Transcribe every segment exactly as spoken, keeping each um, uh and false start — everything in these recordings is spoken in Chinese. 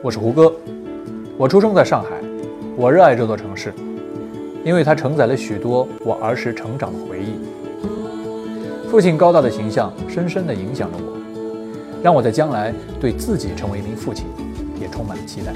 我是胡歌，我出生在上海，我热爱这座城市，因为它承载了许多我儿时成长的回忆。父亲高大的形象深深地影响着我，让我在将来对自己成为一名父亲也充满了期待。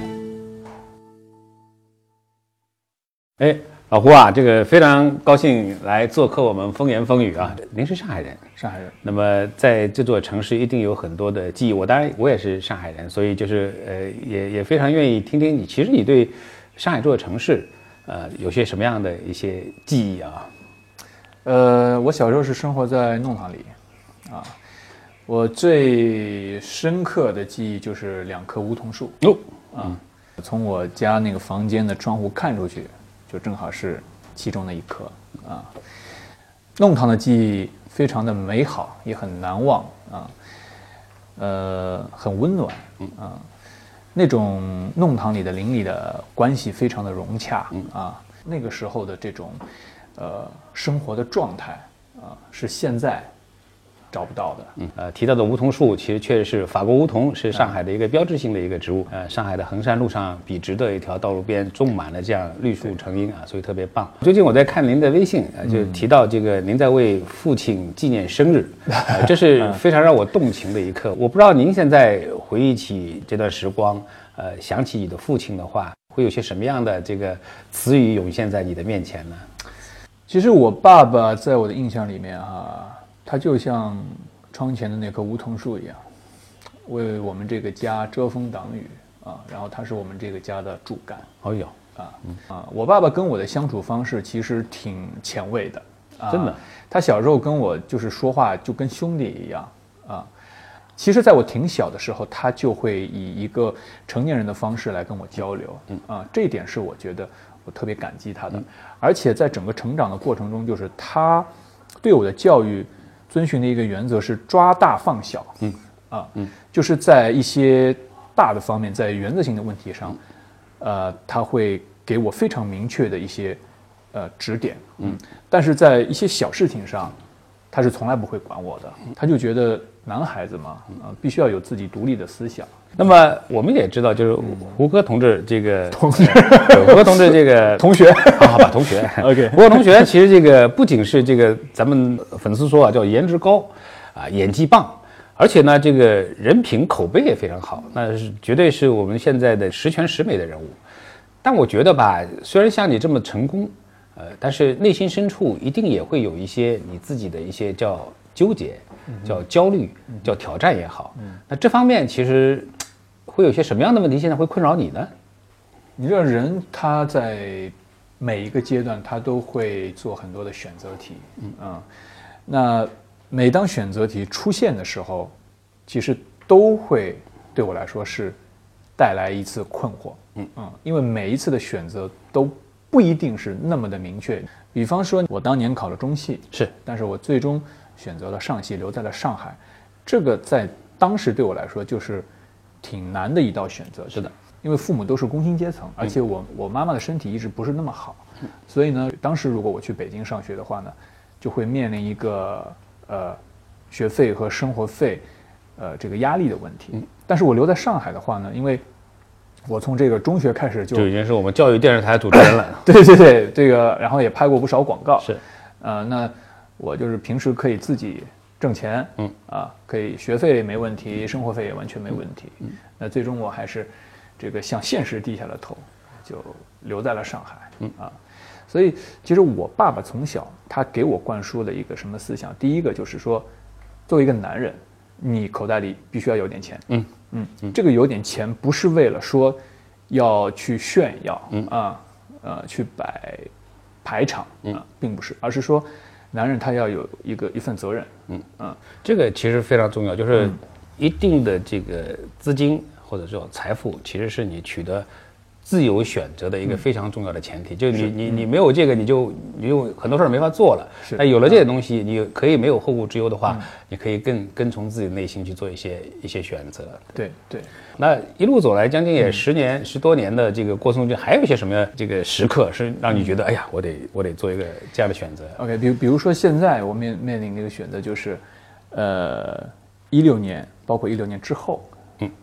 哎，老胡啊，这个非常高兴来做客我们风言风语啊。您是上海人， 上海人。 那么在这座城市一定有很多的记忆。我当然我也是上海人，所以就是呃也也非常愿意听听你。其实你对上海这座城市，呃有些什么样的一些记忆啊？ 呃，我小时候是生活在弄堂里，啊，我最深刻的记忆就是两棵梧桐树。 哦， 啊，从我家那个房间的窗户看出去，就正好是其中的一棵啊。弄堂的记忆非常的美好，也很难忘啊，呃，很温暖啊。那种弄堂里的邻里的关系非常的融洽啊。那个时候的这种呃生活的状态啊，是现在找不到的。 嗯，呃，提到的梧桐树，其实确实是法国梧桐，是上海的一个标志性的一个植物。呃，上海的衡山路上笔直的一条道路边种满了这样绿树成荫啊，所以特别棒。最近我在看您的微信啊，就提到这个您在为父亲纪念生日，呃、这是非常让我动情的一刻。我不知道您现在回忆起这段时光，呃，想起你的父亲的话，会有些什么样的这个词语涌现在你的面前呢？ 其实我爸爸在我的印象里面哈，他就像窗前的那棵梧桐树一样，为我们这个家遮风挡雨啊。然后他是我们这个家的主干。 哦哟， 啊啊！我爸爸跟我的相处方式其实挺前卫的，啊、 真的。 他小时候跟我就是说话就跟兄弟一样啊。其实在我挺小的时候，他就会以一个成年人的方式来跟我交流，嗯啊，这一点是我觉得我特别感激他的。嗯、而且在整个成长的过程中，就是他对我的教育遵循的一个原则是抓大放小，嗯啊，嗯，就是在一些大的方面，在原则性的问题上，呃，他会给我非常明确的一些呃指点，嗯，但是在一些小事情上，他是从来不会管我的，他就觉得男孩子嘛，啊，必须要有自己独立的思想。 那么我们也知道，就是胡歌同志这个同志， 胡歌同志这个同学， 好吧，同学 ，OK， 胡歌同学其实这个不仅是这个咱们粉丝说啊，叫颜值高，啊，演技棒。而且呢，这个人品口碑也非常好，那是绝对是我们现在的十全十美的人物。但我觉得吧，虽然像你这么成功，呃，但是内心深处一定也会有一些你自己的一些叫纠结、叫焦虑、叫挑战也好。那这方面其实会有些什么样的问题现在会困扰你呢？ 你知道，人他在每一个阶段他都会做很多的选择题，嗯啊，那。每当选择题出现的时候，其实都会对我来说是带来一次困惑，嗯嗯，因为每一次的选择都不一定是那么的明确。比方说，我当年考了中戏， 是， 但是我最终选择了上戏，留在了上海，这个在当时对我来说就是挺难的一道选择。 是的， 因为父母都是工薪阶层，而且我我妈妈的身体一直不是那么好，所以呢，当时如果我去北京上学的话呢，就会面临一个。呃，学费和生活费，呃，这个压力的问题。嗯、但是我留在上海的话呢，因为我从这个中学开始就就已经是我们教育电视台主持人了。 对对对，这个然后也拍过不少广告。 是， 呃，那我就是平时可以自己挣钱，嗯啊，可以学费没问题，生活费也完全没问题。嗯，那最终我还是这个向现实低下了头，就留在了上海。嗯啊。所以，其实我爸爸从小他给我灌输了一个什么思想？第一个就是说，作为一个男人，你口袋里必须要有点钱。嗯嗯，嗯这个有点钱不是为了说要去炫耀，嗯啊呃去摆排场啊，并不是，而是说男人他要有一个一份责任。嗯啊，这个其实非常重要，就是一定的这个资金或者说财富，其实是你取得。自由选择的一个非常重要的前提，嗯、就你你你没有这个，你就你就很多事儿没法做了。 是， 那有了这些东西，你可以没有后顾之忧的话，嗯、你可以更跟从自己的内心去做一些一些选择。 对对。 那一路走来，将近也十年、嗯、十多年的这个过程中，还有一些什么这个时刻是让你觉得，嗯、哎呀，我得我得做一个这样的选择。 OK， 比比如说现在我面面临的一个选择就是，呃，一六年，包括一六年之后，嗯，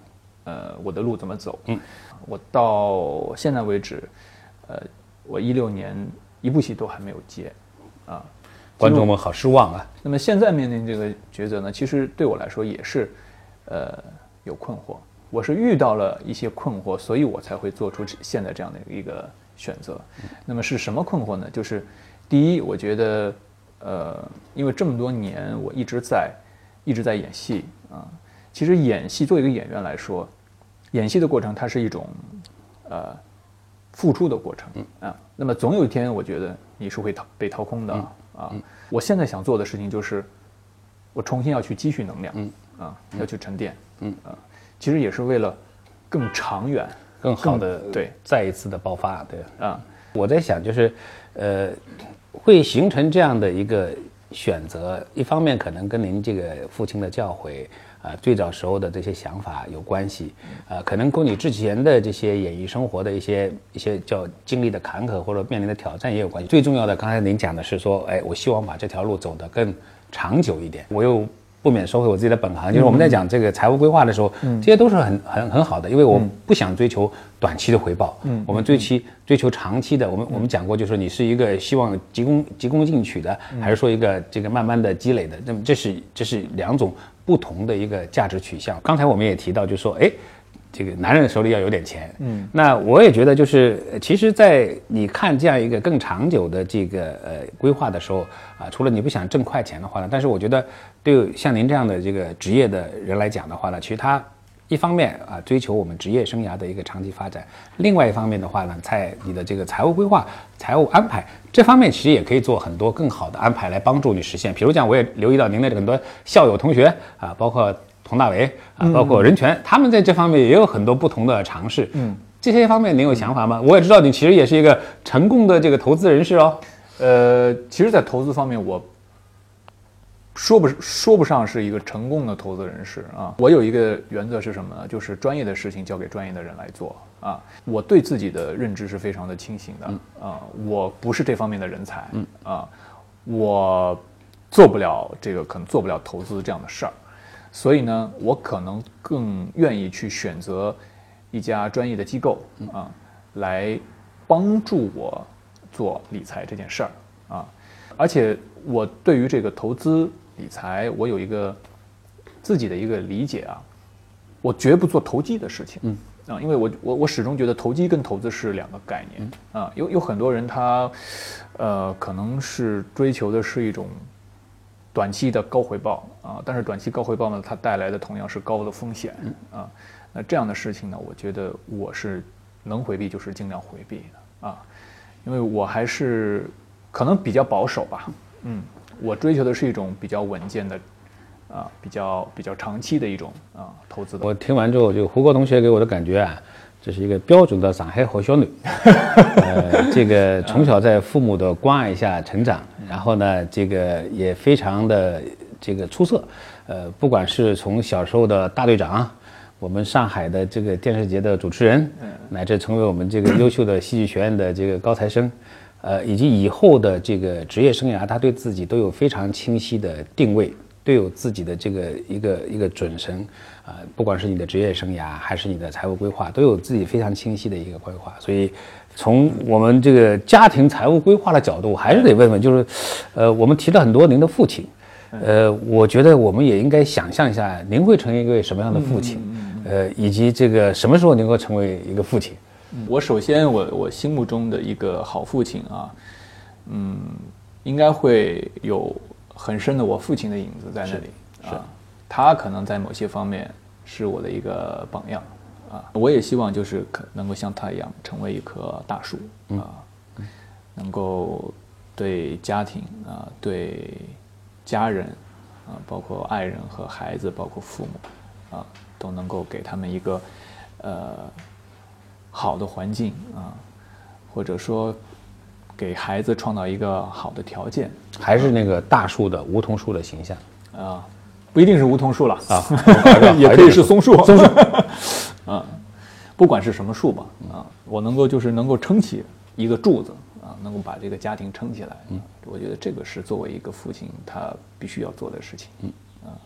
呃，我的路怎么走。嗯，我到现在为止，呃，我一六年一部戏都还没有接，啊， 观众们好失望啊。 那么现在面临这个抉择呢，其实对我来说也是，呃，有困惑。我是遇到了一些困惑，所以我才会做出现在这样的一个选择。那么是什么困惑呢？就是第一，我觉得，呃，因为这么多年我一直在一直在演戏啊。其实演戏作为一个演员来说，演戏的过程它是一种呃付出的过程啊。那么总有一天，我觉得你是会掏被掏空的啊。我现在想做的事情就是，我重新要去积蓄能量，啊，要去沉淀，嗯啊。其实也是为了更长远、 更好的对再一次的爆发。对啊， 我在想就是，呃，会形成这样的一个选择，一方面可能跟您这个父亲的教诲啊、呃，最早时候的这些想法有关系，啊、呃，可能跟你之前的这些演艺生活的一些一些叫经历的坎坷或者面临的挑战也有关系。最重要的，刚才您讲的是说，哎，我希望把这条路走得更长久一点。我又不免收回我自己的本行，就是我们在讲这个财务规划的时候，嗯、这些都是很很很好的，因为我不想追求短期的回报，嗯，我们追期追求长期的。我们我们讲过，就是你是一个希望急功急功近取的，还是说一个这个慢慢的积累的？那么这是这是两种不同的一个价值取向。刚才我们也提到，就是说，哎。这个男人手里要有点钱，嗯，那我也觉得就是，其实，在你看这样一个更长久的这个呃规划的时候啊，除了你不想挣快钱的话呢，但是我觉得对像您这样的这个职业的人来讲的话呢，其实他一方面啊追求我们职业生涯的一个长期发展，另外一方面的话呢，在你的这个财务规划、财务安排这方面，其实也可以做很多更好的安排来帮助你实现。比如讲，我也留意到您的很多校友同学啊，包括佟大为啊，包括任泉，他们在这方面也有很多不同的尝试。嗯，这些方面您有想法吗？我也知道你其实也是一个成功的这个投资人士哦。 呃，其实，在投资方面，我说不说不上是一个成功的投资人士啊。我有一个原则是什么呢？就是专业的事情交给专业的人来做啊。我对自己的认知是非常的清醒的、嗯、啊，我不是这方面的人才，嗯啊，我做不了这个，可能做不了投资这样的事儿。所以呢，我可能更愿意去选择一家专业的机构啊，来帮助我做理财这件事儿啊。而且我对于这个投资理财，我有一个自己的一个理解啊，我绝不做投机的事情，嗯啊，因为我我我始终觉得投机跟投资是两个概念啊。有有很多人他，呃，可能是追求的是一种短期的高回报啊，但是短期高回报呢，它带来的同样是高的风险啊。那这样的事情呢，我觉得我是能回避就是尽量回避的啊，因为我还是可能比较保守吧，嗯，我追求的是一种比较稳健的啊，比较比较长期的一种啊投资的。 我听完之后，就胡歌同学给我的感觉啊，这是一个标准的上海好小女，呃，这个从小在父母的关爱下成长，然后呢，这个也非常的这个出色，呃，不管是从小时候的大队长，我们上海的这个电视节的主持人，乃至成为我们这个优秀的戏剧学院的这个高材生，呃，以及以后的这个职业生涯，他对自己都有非常清晰的定位。都有自己的这个一个一个准绳啊、呃，不管是你的职业生涯还是你的财务规划，都有自己非常清晰的一个规划。所以，从我们这个家庭财务规划的角度，还是得问问，就是，呃，我们提到很多您的父亲，呃，我觉得我们也应该想象一下，您会成为一位什么样的父亲，呃，以及这个什么时候能够成为一个父亲。 我首先我我心目中的一个好父亲啊，嗯，应该会有很深的我父亲的影子在那里，是，啊，他可能在某些方面是我的一个榜样啊。我也希望就是可能够像他一样成为一棵大树啊，嗯，能够对家庭啊、对家人啊，包括爱人和孩子，包括父母啊，都能够给他们一个呃好的环境啊，或者说给孩子创造一个好的条件。 还是那个大树的梧桐树的形象啊，不一定是梧桐树了啊， 也可以是松树。松树啊，不管是什么树吧啊，我能够就是能够撑起一个柱子啊，能够把这个家庭撑起来。嗯，我觉得这个是作为一个父亲他必须要做的事情。嗯啊，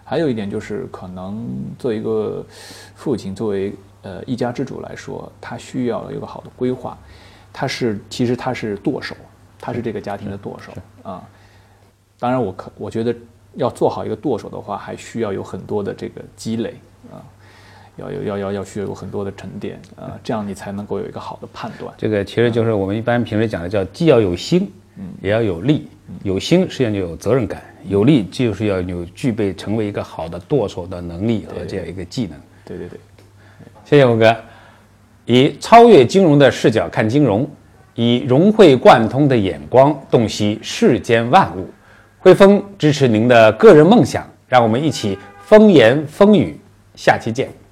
还有一点就是，可能作为一个父亲，作为呃一家之主来说，他需要有一个好的规划。他是其实他是舵手，他是这个家庭的舵手啊。当然我可我觉得要做好一个舵手的话，还需要有很多的这个积累啊，要有要要要需要有很多的沉淀啊，这样你才能够有一个好的判断。 这个其实就是我们一般平时讲的叫既要有心，嗯，也要有力。有心实际上就有责任感，有力就是要有具备成为一个好的舵手的能力和这样一个技能。 对对对， 谢谢文哥。以超越金融的视角看金融，以融会贯通的眼光洞悉世间万物。汇丰支持您的个人梦想，让我们一起风言风语，下期见。